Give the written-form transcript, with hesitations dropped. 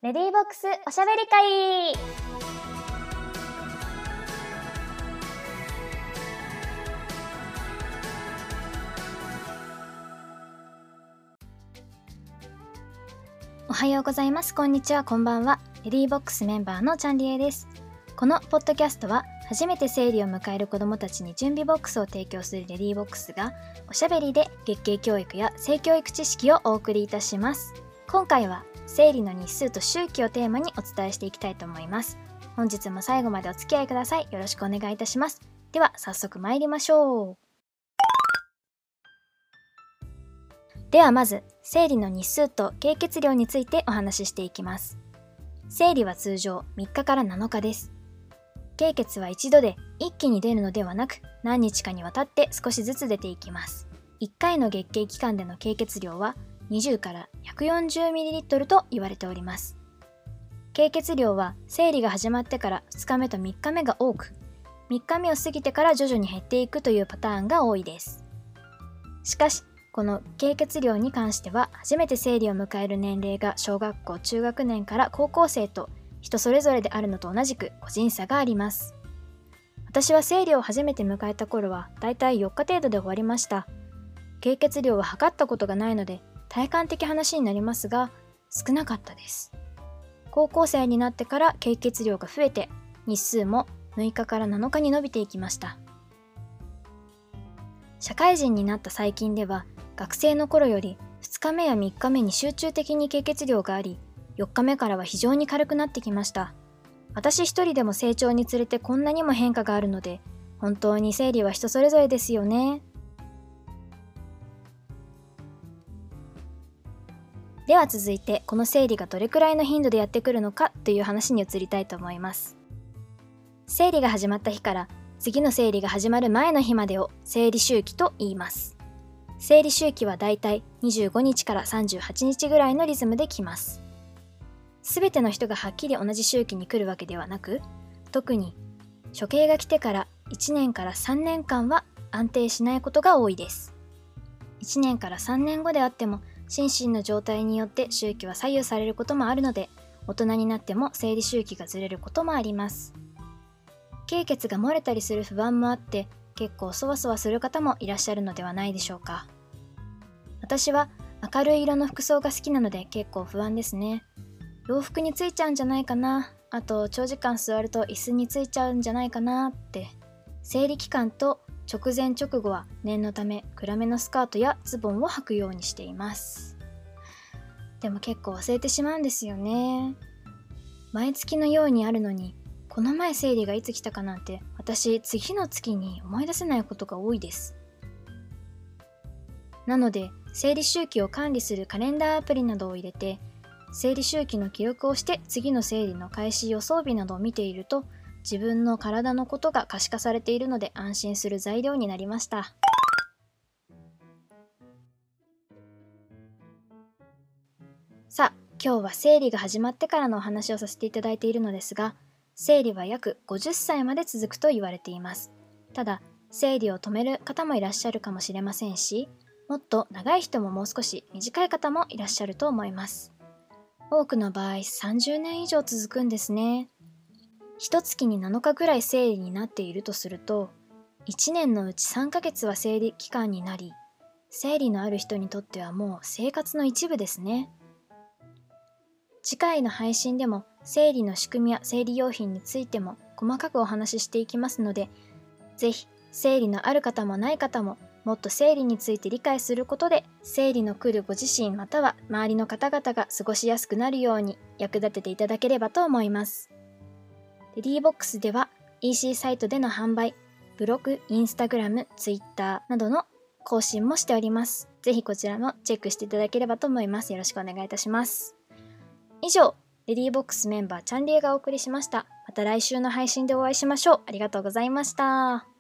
レディーボックスおしゃべり会。おはようございます。こんにちは、こんばんは。レディーボックスメンバーのチャンリエです。このポッドキャストは初めて生理を迎える子どもたちに準備ボックスを提供するレディーボックスがおしゃべりで月経教育や性教育知識をお送りいたします。今回は生理の日数と周期をテーマにお伝えしていきたいと思います。本日も最後までお付き合いください。よろしくお願いいたします。では早速参りましょう。ではまず生理の日数と経血量についてお話ししていきます。生理は通常3日から7日です。経血は一度で一気に出るのではなく、何日かにわたって少しずつ出ていきます。1回の月経期間での経血量は20から 140ml と言われております。経血量は生理が始まってから2日目と3日目が多く、3日目を過ぎてから徐々に減っていくというパターンが多いです。しかし、この経血量に関しては初めて生理を迎える年齢が小学校中学年から高校生と人それぞれであるのと同じく個人差があります。私は生理を初めて迎えた頃はだいたい4日程度で終わりました。経血量は測ったことがないので体感的話になりますが少なかったです。高校生になってから経血量が増えて日数も6日から7日に伸びていきました。社会人になった最近では学生の頃より2日目や3日目に集中的に経血量があり、4日目からは非常に軽くなってきました。私一人でも成長につれてこんなにも変化があるので、本当に生理は人それぞれですよね。では続いて、この生理がどれくらいの頻度でやってくるのかという話に移りたいと思います。生理が始まった日から次の生理が始まる前の日までを生理周期と言います。生理周期はだいたい25日から38日ぐらいのリズムで来ます。すべての人がはっきり同じ周期に来るわけではなく、特に初経が来てから1年から3年間は安定しないことが多いです。1年から3年後であっても心身の状態によって周期は左右されることもあるので、大人になっても生理周期がずれることもあります。経血が漏れたりする不安もあって結構そわそわする方もいらっしゃるのではないでしょうか。私は明るい色の服装が好きなので結構不安ですね。洋服についちゃうんじゃないかな、あと長時間座ると椅子についちゃうんじゃないかなって。生理期間と直前直後は念のため暗めのスカートやズボンを履くようにしています。でも結構忘れてしまうんですよね。毎月のようにあるのに、この前生理がいつ来たかなんて私次の月に思い出せないことが多いです。なので生理周期を管理するカレンダーアプリなどを入れて生理周期の記録をして次の生理の開始予想日などを見ていると自分の体のことが可視化されているので安心する材料になりました。さあ、今日は生理が始まってからのお話をさせていただいているのですが、生理は約50歳まで続くと言われています。ただ、生理を止める方もいらっしゃるかもしれませんし、もっと長い人ももう少し短い方もいらっしゃると思います。多くの場合30年以上続くんですね。一月に7日ぐらい生理になっているとすると、1年のうち3ヶ月は生理期間になり、生理のある人にとってはもう生活の一部ですね。次回の配信でも生理の仕組みや生理用品についても細かくお話ししていきますので、ぜひ生理のある方もない方ももっと生理について理解することで生理の来るご自身または周りの方々が過ごしやすくなるように役立てていただければと思います。レディーボックスでは EC サイトでの販売、ブログ、インスタグラム、ツイッターなどの更新もしております。ぜひこちらもチェックしていただければと思います。よろしくお願いいたします。以上、レディーボックスメンバーチャンリエがお送りしました。また来週の配信でお会いしましょう。ありがとうございました。